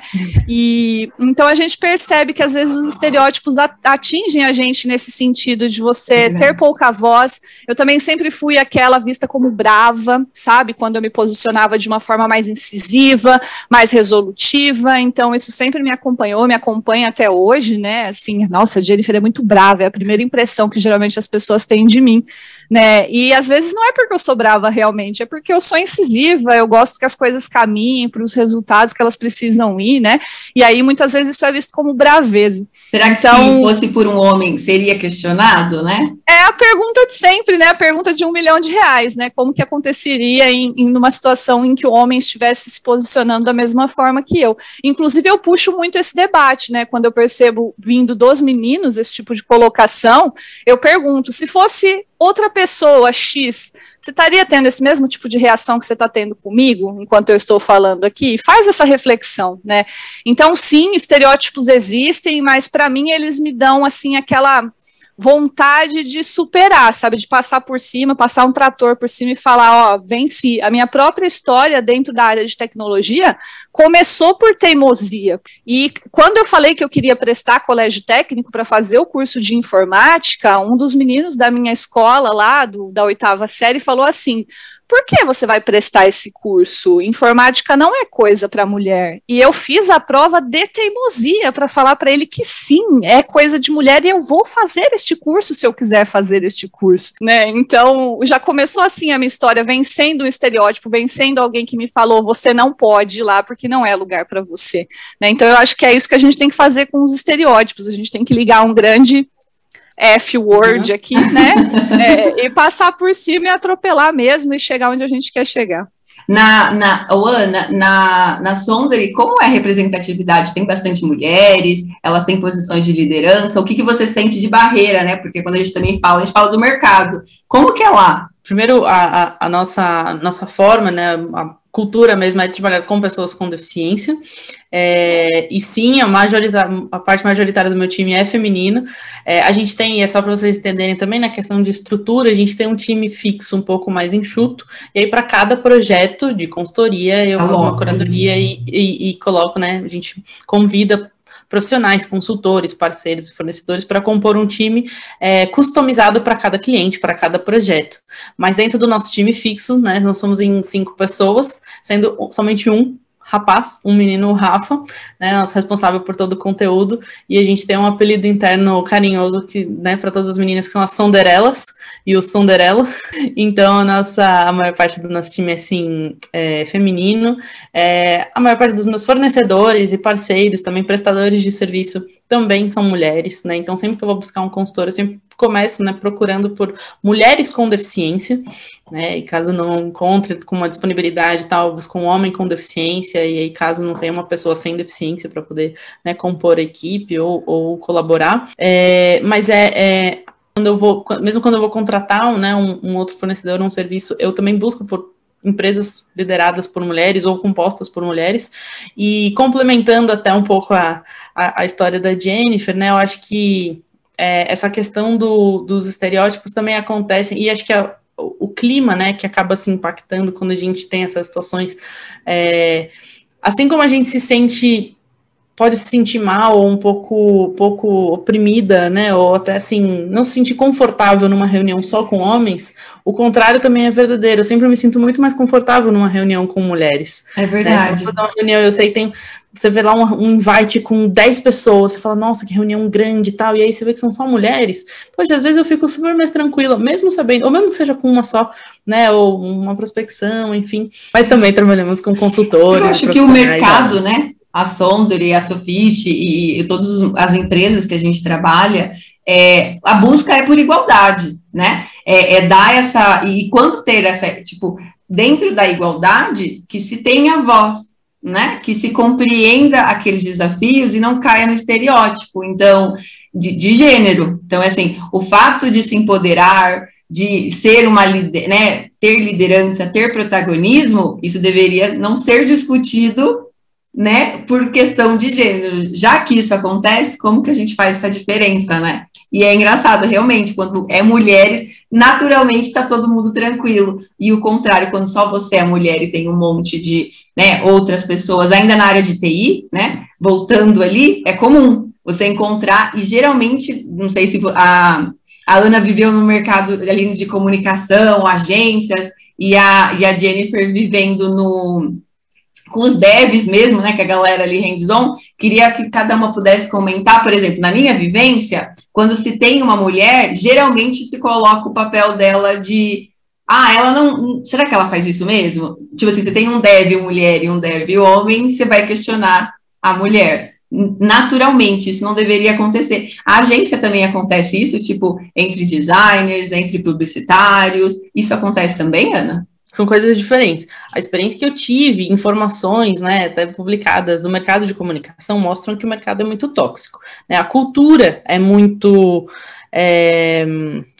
E então a gente percebe que às vezes os estereótipos atingem a gente nesse sentido de você ter pouca voz. Eu também sempre fui aquela vista como brava, sabe? Quando eu me posicionava de uma forma mais incisiva, mais resolutiva, então isso sempre me acompanhou, me acompanha até hoje, né, assim, nossa, a Jennifer é muito brava, é a primeira impressão que geralmente as pessoas têm de mim, né, e às vezes não é porque eu sou brava realmente, é porque eu sou incisiva, eu gosto que as coisas caminhem para os resultados que elas precisam ir, né, e aí muitas vezes isso é visto como braveza. Será que então, se fosse por um homem, seria questionado, né? É a pergunta de sempre, né, a pergunta de R$1 milhão, né, como que aconteceria em numa situação em que o homem estivesse se posicionando da mesma forma que eu. Inclusive, eu puxo muito esse debate, né, quando eu percebo vindo dos meninos esse tipo de colocação, eu pergunto, se fosse outra pessoa X, você estaria tendo esse mesmo tipo de reação que você está tendo comigo, enquanto eu estou falando aqui? Faz essa reflexão, né? Então, sim, estereótipos existem, mas para mim eles me dão, assim, aquela vontade de superar, sabe, de passar por cima, passar um trator por cima e falar, ó, venci. A minha própria história dentro da área de tecnologia começou por teimosia, e quando eu falei que eu queria prestar colégio técnico para fazer o curso de informática, um dos meninos da minha escola lá, da 8ª série, falou assim: por que você vai prestar esse curso? Informática não é coisa para mulher. E eu fiz a prova de teimosia para falar para ele que sim, é coisa de mulher e eu vou fazer este curso se eu quiser fazer este curso, né? Então, já começou assim a minha história, vencendo um estereótipo, vencendo alguém que me falou, você não pode ir lá porque não é lugar para você, né? Então, eu acho que é isso que a gente tem que fazer com os estereótipos, a gente tem que ligar um grande F-word aqui, né? E passar por cima e atropelar mesmo e chegar onde a gente quer chegar. Ana, na Sondre, como é a representatividade? Tem bastante mulheres, elas têm posições de liderança, o que você sente de barreira, né? Porque quando a gente também fala, a gente fala do mercado. Como que é lá? Primeiro, a nossa forma, né, a cultura mesmo é de trabalhar com pessoas com deficiência, e sim, a parte majoritária do meu time é feminino. A gente tem, é só para vocês entenderem também, na questão de estrutura, a gente tem um time fixo um pouco mais enxuto, e aí para cada projeto de consultoria, eu faço uma curadoria e coloco, né, a gente convida profissionais, consultores, parceiros e fornecedores para compor um time customizado para cada cliente, para cada projeto. Mas dentro do nosso time fixo, né, nós somos em 5 pessoas, sendo somente um rapaz, um menino, o Rafa, né, nosso responsável por todo o conteúdo, e a gente tem um apelido interno carinhoso que, né, para todas as meninas, que são as Sonderelas e o Sonderelo. Então a maior parte do nosso time é assim, feminino. A maior parte dos meus fornecedores e parceiros, também prestadores de serviço, também são mulheres, né? Então sempre que eu vou buscar um consultor, eu sempre começo, né, procurando por mulheres com deficiência, né? E caso não encontre com uma disponibilidade e tal, busco um homem com deficiência, e aí caso não tenha uma pessoa sem deficiência para poder, né, compor a equipe ou colaborar. Mas mesmo quando eu vou contratar, né, um outro fornecedor, um serviço, eu também busco por empresas lideradas por mulheres ou compostas por mulheres, e complementando até um pouco a história da Jennifer, né, eu acho que essa questão dos estereótipos também acontece, e acho que o clima, né, que acaba se impactando quando a gente tem essas situações, assim como a gente pode se sentir mal ou um pouco oprimida, né, ou até assim, não se sentir confortável numa reunião só com homens, o contrário também é verdadeiro. Eu sempre me sinto muito mais confortável numa reunião com mulheres. É verdade. Né? Uma reunião, eu sei que você vê lá um invite com 10 pessoas, você fala, nossa, que reunião grande e tal, e aí você vê que são só mulheres. Poxa, às vezes eu fico super mais tranquila, mesmo sabendo, ou mesmo que seja com uma só, né, ou uma prospecção, enfim. Mas também trabalhamos com consultores. Eu acho que o mercado, né, a Sondre, a Sofist e todas as empresas que a gente trabalha, a busca é por igualdade, né? Dar essa... E quando ter essa... Tipo, dentro da igualdade, que se tenha voz, né? Que se compreenda aqueles desafios e não caia no estereótipo, então, de gênero. Então, assim, o fato de se empoderar, de ser né, ter liderança, ter protagonismo, isso deveria não ser discutido, né, por questão de gênero. Já que isso acontece, como que a gente faz essa diferença, né? E é engraçado, realmente, quando é mulheres, naturalmente está todo mundo tranquilo. E o contrário, quando só você é mulher e tem um monte de, né, outras pessoas, ainda na área de TI, né, voltando ali, é comum você encontrar, e geralmente, não sei se a Ana viveu no mercado ali de comunicação, agências, e a Jennifer vivendo com os devs mesmo, né, que a galera ali hands-on, queria que cada uma pudesse comentar, por exemplo, na minha vivência, quando se tem uma mulher, geralmente se coloca o papel dela de, ela não, será que ela faz isso mesmo? Tipo assim, você tem um dev mulher e um dev homem, você vai questionar a mulher. Naturalmente, isso não deveria acontecer. A agência também acontece isso, tipo, entre designers, entre publicitários, isso acontece também, Ana? São coisas diferentes. A experiência que eu tive, informações, né, até publicadas do mercado de comunicação, mostram que o mercado é muito tóxico, né? A cultura é muito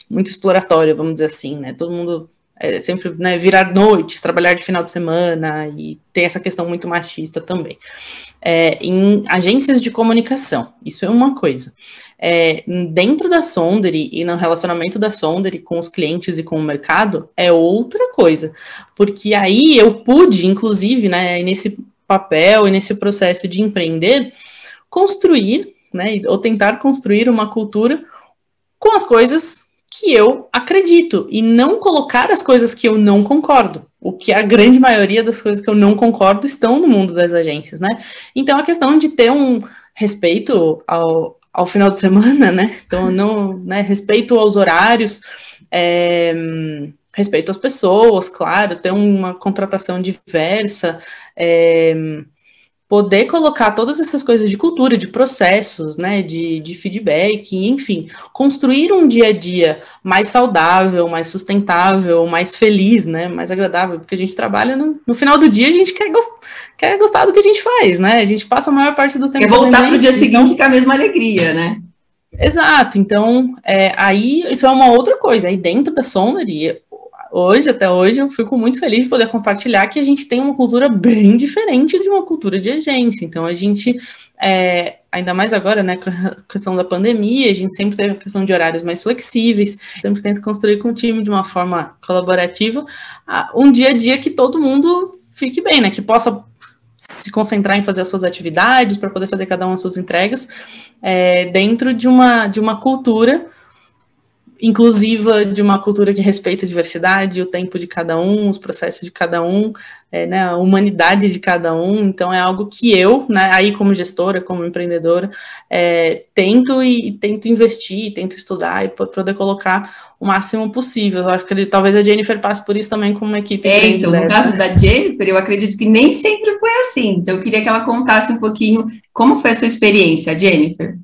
muito exploratória, vamos dizer assim, né? Todo mundo sempre, né, virar noites, trabalhar de final de semana, e tem essa questão muito machista também. Em agências de comunicação, isso é uma coisa. Dentro da Sondre e no relacionamento da Sondre com os clientes e com o mercado, é outra coisa, porque aí eu pude, inclusive, né, nesse papel e nesse processo de empreender, construir, né, ou tentar construir uma cultura com as coisas que eu acredito, e não colocar as coisas que eu não concordo, o que a grande maioria das coisas que eu não concordo estão no mundo das agências, né? Então, a questão de ter um respeito ao final de semana, né? Então, não, né, respeito aos horários, respeito às pessoas, claro, ter uma contratação diversa, poder colocar todas essas coisas de cultura, de processos, né, de feedback, enfim, construir um dia a dia mais saudável, mais sustentável, mais feliz, né, mais agradável, porque a gente trabalha no final do dia, a gente quer gostar do que a gente faz, né, a gente passa a maior parte do tempo... Quer voltar para o dia seguinte com a mesma alegria, né? Exato, então, aí isso é uma outra coisa, aí dentro da Sondre, até hoje, eu fico muito feliz de poder compartilhar que a gente tem uma cultura bem diferente de uma cultura de agência. Então, a gente, ainda mais agora, né, com a questão da pandemia, a gente sempre teve a questão de horários mais flexíveis, sempre tenta construir com o time de uma forma colaborativa um dia a dia que todo mundo fique bem, né, que possa se concentrar em fazer as suas atividades, para poder fazer cada uma as suas entregas, dentro de uma cultura inclusiva, de uma cultura que respeita a diversidade, o tempo de cada um, os processos de cada um, né, a humanidade de cada um. Então é algo que eu, né, aí como gestora, como empreendedora, tento investir, tento estudar e poder colocar o máximo possível. Eu acho que talvez a Jennifer passe por isso também como uma equipe. Então, no caso da Jennifer, eu acredito que nem sempre foi assim. Então eu queria que ela contasse um pouquinho como foi a sua experiência, Jennifer.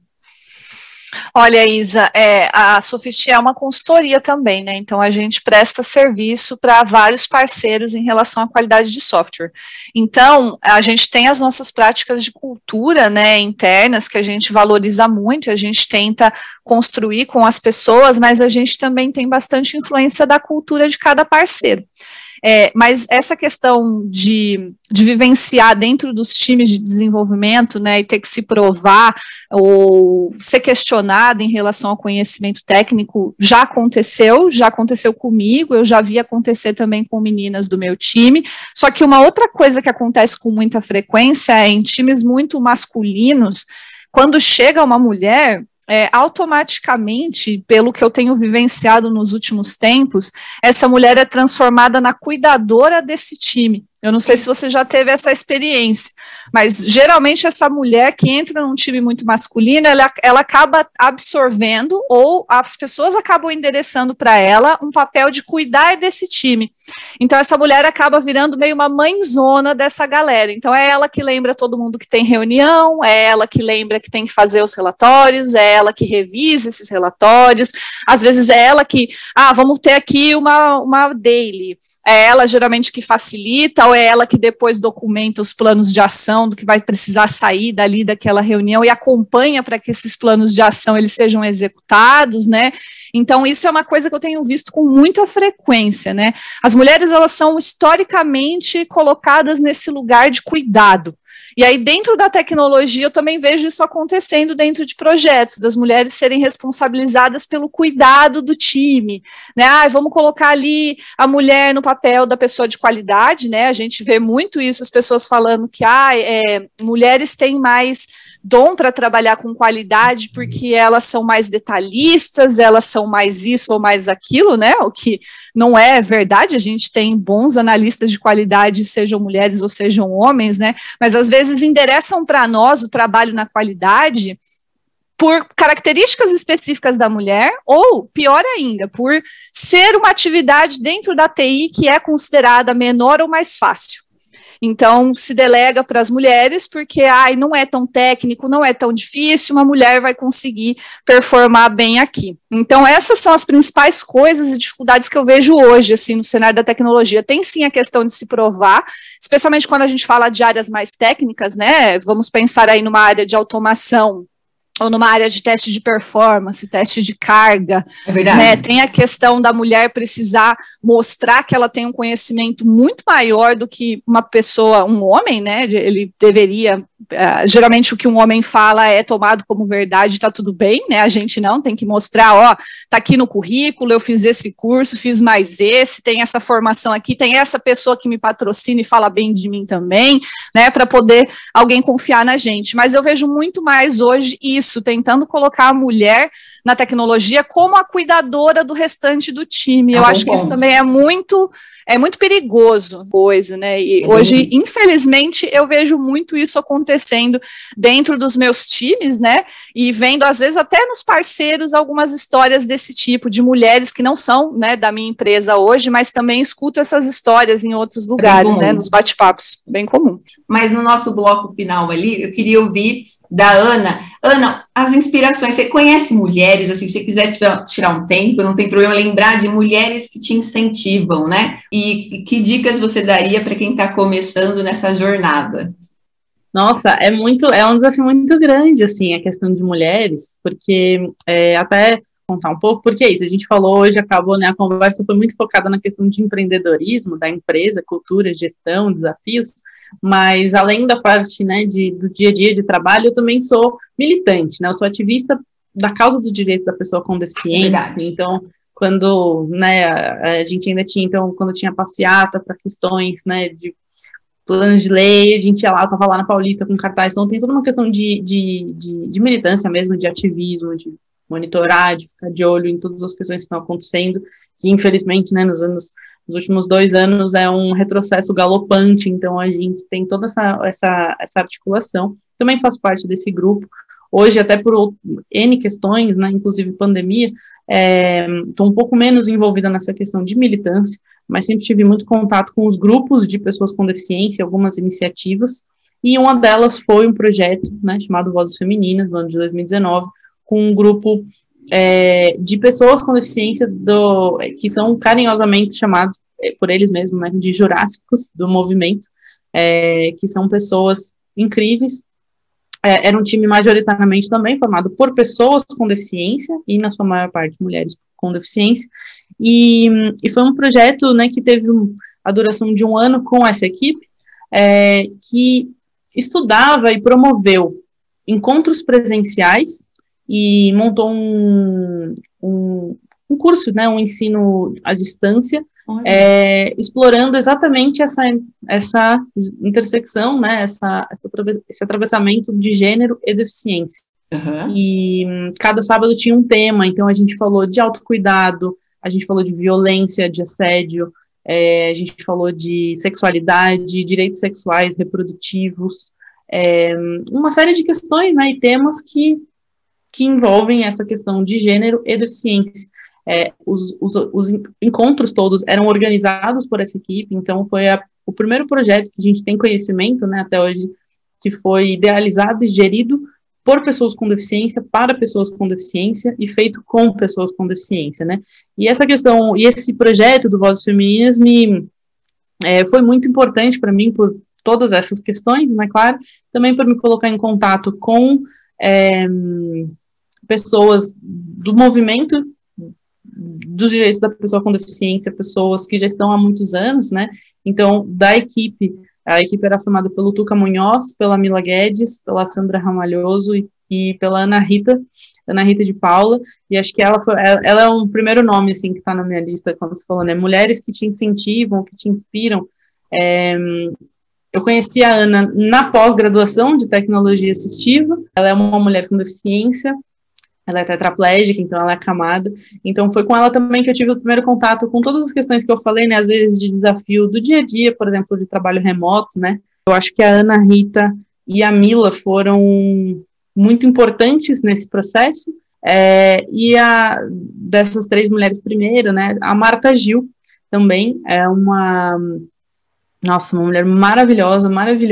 Olha, Isa, a Sofisti é uma consultoria também, né? Então, a gente presta serviço para vários parceiros em relação à qualidade de software. Então, a gente tem as nossas práticas de cultura, né, internas, que a gente valoriza muito, a gente tenta construir com as pessoas, mas a gente também tem bastante influência da cultura de cada parceiro. Mas essa questão de vivenciar dentro dos times de desenvolvimento, né, e ter que se provar ou ser questionado em relação ao conhecimento técnico, já aconteceu comigo, eu já vi acontecer também com meninas do meu time, só que uma outra coisa que acontece com muita frequência é em times muito masculinos, quando chega uma mulher... automaticamente, pelo que eu tenho vivenciado nos últimos tempos, essa mulher é transformada na cuidadora desse time. Eu não sei se você já teve essa experiência, mas geralmente essa mulher que entra num time muito masculino, ela acaba absorvendo, ou as pessoas acabam endereçando para ela um papel de cuidar desse time. Então essa mulher acaba virando meio uma mãezona dessa galera. Então é ela que lembra todo mundo que tem reunião, é ela que lembra que tem que fazer os relatórios, é ela que revisa esses relatórios, às vezes é ela que, vamos ter aqui uma daily, é ela geralmente que facilita, ou é ela que depois documenta os planos de ação do que vai precisar sair dali daquela reunião e acompanha para que esses planos de ação eles sejam executados, né? Então isso é uma coisa que eu tenho visto com muita frequência, né? As mulheres, elas são historicamente colocadas nesse lugar de cuidado. E aí, dentro da tecnologia, eu também vejo isso acontecendo dentro de projetos, das mulheres serem responsabilizadas pelo cuidado do time, né? Vamos colocar ali a mulher no papel da pessoa de qualidade, né? A gente vê muito isso, as pessoas falando que mulheres têm mais dom para trabalhar com qualidade porque elas são mais detalhistas, elas são mais isso ou mais aquilo, né? O que não é verdade, a gente tem bons analistas de qualidade, sejam mulheres ou sejam homens, né? Mas às vezes endereçam para nós o trabalho na qualidade por características específicas da mulher, ou, pior ainda, por ser uma atividade dentro da TI que é considerada menor ou mais fácil. Então, se delega para as mulheres, porque não é tão técnico, não é tão difícil, uma mulher vai conseguir performar bem aqui. Então, essas são as principais coisas e dificuldades que eu vejo hoje, assim, no cenário da tecnologia. Tem sim a questão de se provar, especialmente quando a gente fala de áreas mais técnicas, né? Vamos pensar aí numa área de automação, ou numa área de teste de performance, teste de carga. É verdade. Né? Tem a questão da mulher precisar mostrar que ela tem um conhecimento muito maior do que uma pessoa, um homem, né? Ele deveria, geralmente o que um homem fala é tomado como verdade, tá tudo bem, né? A gente não, tem que mostrar, ó, tá aqui no currículo, eu fiz esse curso, fiz mais esse, tem essa formação aqui, tem essa pessoa que me patrocina e fala bem de mim também, né? Para poder alguém confiar na gente. Mas eu vejo muito mais hoje isso, tentando colocar a mulher na tecnologia como a cuidadora do restante do time. Eu acho que isso também é muito perigoso, né? E hoje, infelizmente, eu vejo muito isso acontecendo dentro dos meus times, né? E vendo, às vezes, até nos parceiros, algumas histórias desse tipo, de mulheres que não são, né, da minha empresa hoje, mas também escuto essas histórias em outros lugares, né? Nos bate-papos, bem comum. Mas no nosso bloco final ali, eu queria ouvir da Ana. Ana, as inspirações, você conhece mulheres, assim, se você quiser tirar um tempo, não tem problema, lembrar de mulheres que te incentivam, né? E que dicas você daria para quem está começando nessa jornada? Nossa, é um desafio muito grande, assim, a questão de mulheres, porque até contar um pouco, porque é isso, a gente falou hoje, acabou, né, a conversa foi muito focada na questão de empreendedorismo, da empresa, cultura, gestão, desafios, mas além da parte, né, do dia a dia de trabalho, eu também sou militante, né, eu sou ativista da causa do direito da pessoa com deficiência, então, quando, né, a gente ainda tinha, então, quando tinha passeata para questões, né, de planos de lei, a gente ia lá, estava lá na Paulista com cartaz, então tem toda uma questão de militância mesmo, de ativismo, de monitorar, de ficar de olho em todas as questões que estão acontecendo, que infelizmente, né, nos últimos 2 anos é um retrocesso galopante, então a gente tem toda essa articulação. Também faço parte desse grupo. Hoje, até por N questões, né, inclusive pandemia, estou um pouco menos envolvida nessa questão de militância, mas sempre tive muito contato com os grupos de pessoas com deficiência, algumas iniciativas, e uma delas foi um projeto, né, chamado Vozes Femininas, no ano de 2019, com um grupo de pessoas com deficiência que são carinhosamente chamados por eles mesmos, né, de jurássicos do movimento, que são pessoas incríveis. Era um time majoritariamente também formado por pessoas com deficiência e, na sua maior parte, mulheres com deficiência. E foi um projeto, né, que teve a duração de 1 ano com essa equipe, que estudava e promoveu encontros presenciais e montou um curso, né, um ensino à distância, explorando exatamente essa intersecção, né, esse atravessamento de gênero e deficiência. Uhum. E cada sábado tinha um tema, então a gente falou de autocuidado, a gente falou de violência, de assédio, a gente falou de sexualidade, direitos sexuais, reprodutivos, uma série de questões, né, e temas que envolvem essa questão de gênero e deficiência. Os encontros todos eram organizados por essa equipe, então foi o primeiro projeto que a gente tem conhecimento, né, até hoje, que foi idealizado e gerido por pessoas com deficiência, para pessoas com deficiência e feito com pessoas com deficiência, né, e essa questão, e esse projeto do Vozes Femininas foi muito importante para mim por todas essas questões, né, claro, também por me colocar em contato com pessoas do movimento dos direitos da pessoa com deficiência, pessoas que já estão há muitos anos, né, então, a equipe era formada pelo Tuca Munhoz, pela Mila Guedes, pela Sandra Ramalhoso e pela Ana Rita de Paula, e acho que ela é um primeiro nome, assim, que está na minha lista, quando você falou, né, mulheres que te incentivam, que te inspiram. Eu conheci a Ana na pós-graduação de tecnologia assistiva, ela é uma mulher com deficiência, ela é tetraplégica, então ela é acamada, então foi com ela também que eu tive o primeiro contato com todas as questões que eu falei, né, às vezes de desafio do dia a dia, por exemplo, de trabalho remoto, né, eu acho que a Ana Rita e a Mila foram muito importantes nesse processo, e dessas 3 mulheres primeiro, né, a Marta Gil também é uma mulher maravilhosa,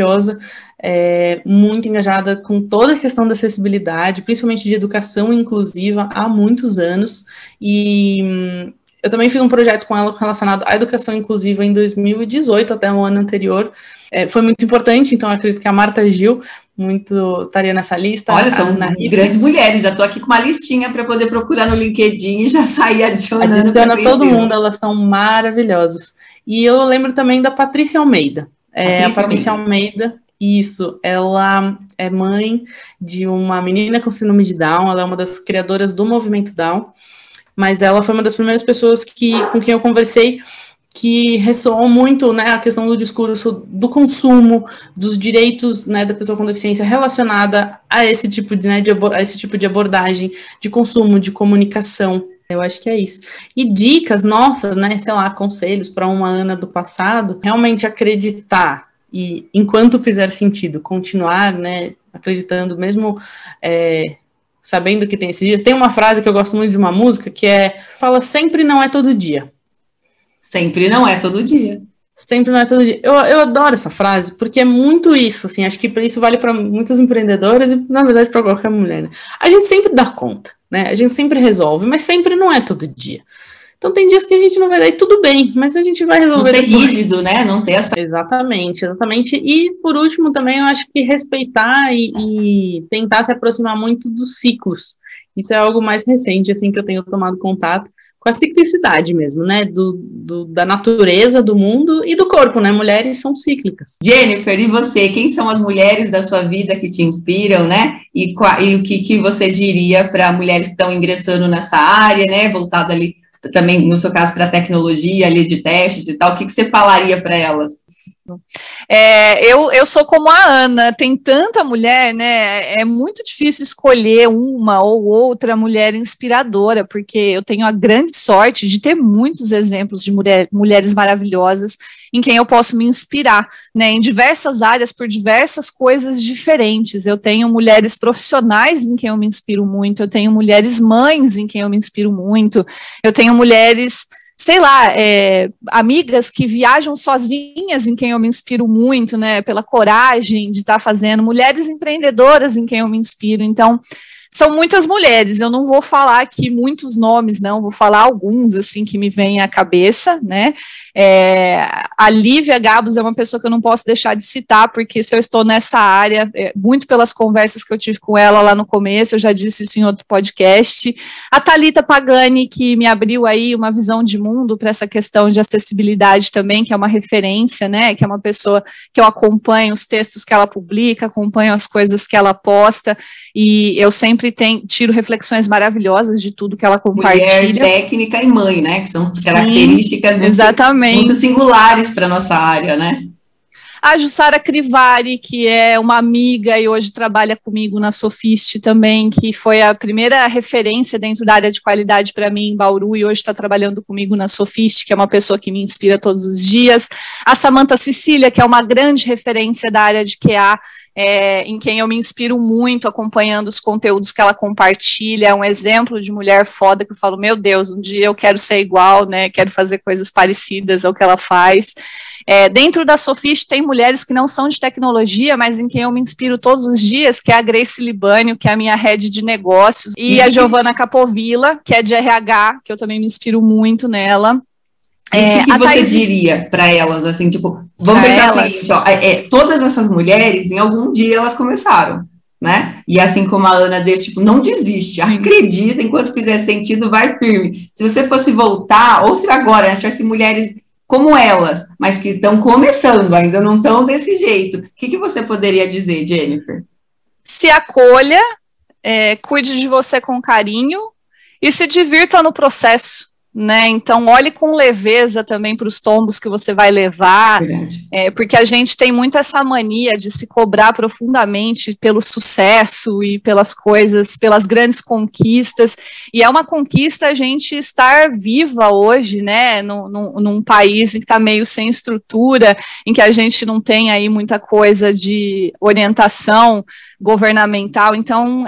muito engajada com toda a questão da acessibilidade, principalmente de educação inclusiva, há muitos anos, e eu também fiz um projeto com ela relacionado à educação inclusiva em 2018, até o ano anterior, foi muito importante, então eu acredito que a Marta Gil estaria nessa lista. Olha, são grandes mulheres, já estou aqui com uma listinha para poder procurar no LinkedIn e já sair adicionando. Adiciona todo mundo, elas são maravilhosas. E eu lembro também da Patrícia Almeida. A Patrícia Almeida, isso, ela é mãe de uma menina com síndrome de Down, ela é uma das criadoras do movimento Down, mas ela foi uma das primeiras pessoas com quem eu conversei que ressoou muito, né, a questão do discurso do consumo, dos direitos, né, da pessoa com deficiência relacionada a esse tipo de abordagem, de consumo, de comunicação. Eu acho que é isso. E dicas, nossa, né, sei lá, conselhos para uma Ana do passado, realmente acreditar e, enquanto fizer sentido, continuar, né, acreditando, mesmo sabendo que tem esses dias. Tem uma frase que eu gosto muito de uma música que fala sempre não é todo dia. Sempre não é todo dia. Sempre não é todo dia. Eu adoro essa frase, porque é muito isso, assim, acho que isso vale para muitas empreendedoras e, na verdade, para qualquer mulher, né? A gente sempre dá conta, né? A gente sempre resolve, mas sempre não é todo dia. Então tem dias que a gente não vai dar e tudo bem, mas a gente vai resolver. Não ser rígido, né? Não ter essa... Exatamente. E, por último, também eu acho que respeitar e tentar se aproximar muito dos ciclos. Isso é algo mais recente, assim, que eu tenho tomado contato com a ciclicidade mesmo, né, da natureza, do mundo e do corpo, né, mulheres são cíclicas. Jennifer, e você, quem são as mulheres da sua vida que te inspiram, né, e o que você diria para mulheres que estão ingressando nessa área, né, voltada ali, também, no seu caso, para a tecnologia ali de testes e tal, o que você falaria para elas? Eu sou como a Ana, tem tanta mulher, né? É muito difícil escolher uma ou outra mulher inspiradora, porque eu tenho a grande sorte de ter muitos exemplos de mulheres maravilhosas em quem eu posso me inspirar, né? Em diversas áreas, por diversas coisas diferentes. Eu tenho mulheres profissionais em quem eu me inspiro muito, eu tenho mulheres mães em quem eu me inspiro muito, eu tenho mulheres, sei lá, amigas que viajam sozinhas em quem eu me inspiro muito, né, pela coragem de estar fazendo, mulheres empreendedoras em quem eu me inspiro. Então, são muitas mulheres, eu não vou falar aqui muitos nomes, não, vou falar alguns, assim, que me vêm à cabeça, né. A Lívia Gabos é uma pessoa que eu não posso deixar de citar, porque se eu estou nessa área, muito pelas conversas que eu tive com ela lá no começo, eu já disse isso em outro podcast. A Thalita Pagani, que me abriu aí uma visão de mundo para essa questão de acessibilidade também, que é uma referência, né, que é uma pessoa que eu acompanho os textos que ela publica, acompanho as coisas que ela posta, e eu sempre tiro reflexões maravilhosas de tudo que ela compartilha. Mulher, técnica e mãe, né, que são características muito singulares para a nossa área, né? A Jussara Crivari, que é uma amiga e hoje trabalha comigo na Sofist também, que foi a primeira referência dentro da área de qualidade para mim em Bauru e hoje está trabalhando comigo na Sofist, que é uma pessoa que me inspira todos os dias. A Samantha Cecília, que é uma grande referência da área de QA, em quem eu me inspiro muito acompanhando os conteúdos que ela compartilha, é um exemplo de mulher foda que eu falo, meu Deus, um dia eu quero ser igual, né, quero fazer coisas parecidas ao que ela faz. Dentro da Sofist tem mulheres que não são de tecnologia, mas em quem eu me inspiro todos os dias, que é a Grace Libânio, que é a minha head de negócios, e a Giovana Capovilla, que é de RH, que eu também me inspiro muito nela. E o que você diria para elas, assim, tipo, vamos pensar o seguinte, ó, todas essas mulheres, em algum dia elas começaram, né? E assim como a Ana desse, tipo, não desiste, acredita, enquanto fizer sentido, vai firme. Se você fosse voltar, ou se agora, né, se tivesse mulheres como elas, mas que estão começando, ainda não estão desse jeito, o que você poderia dizer, Jennifer? Se acolha, cuide de você com carinho e se divirta no processo. Né? Então, olhe com leveza também para os tombos que você vai levar, porque a gente tem muito essa mania de se cobrar profundamente pelo sucesso e pelas coisas, pelas grandes conquistas, e é uma conquista a gente estar viva hoje, né, num país que está meio sem estrutura, em que a gente não tem aí muita coisa de orientação governamental, então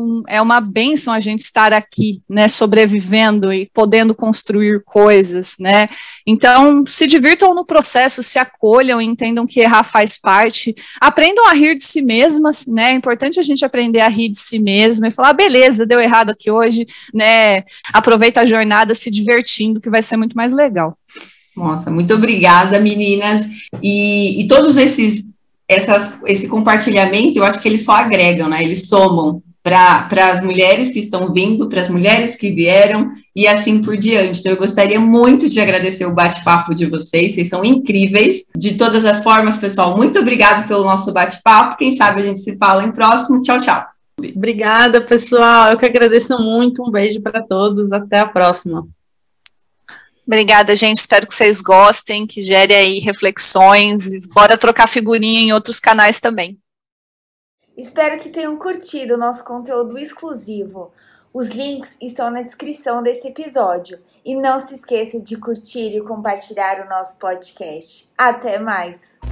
é uma bênção a gente estar aqui, né, sobrevivendo e podendo construir coisas, né, então se divirtam no processo, se acolham, entendam que errar faz parte, aprendam a rir de si mesmas, né, é importante a gente aprender a rir de si mesma e falar, beleza, deu errado aqui hoje, né, aproveita a jornada se divertindo, que vai ser muito mais legal. Nossa, muito obrigada, meninas, e todos esses esse compartilhamento, eu acho que eles só agregam, né? Eles somam para as mulheres que estão vindo, para as mulheres que vieram e assim por diante. Então, eu gostaria muito de agradecer o bate-papo de vocês são incríveis. De todas as formas, pessoal, muito obrigado pelo nosso bate-papo. Quem sabe a gente se fala em próximo. Tchau, tchau. Obrigada, pessoal. Eu que agradeço muito. Um beijo para todos. Até a próxima. Obrigada, gente. Espero que vocês gostem, que gere aí reflexões. E bora trocar figurinha em outros canais também. Espero que tenham curtido o nosso conteúdo exclusivo. Os links estão na descrição desse episódio. E não se esqueça de curtir e compartilhar o nosso podcast. Até mais!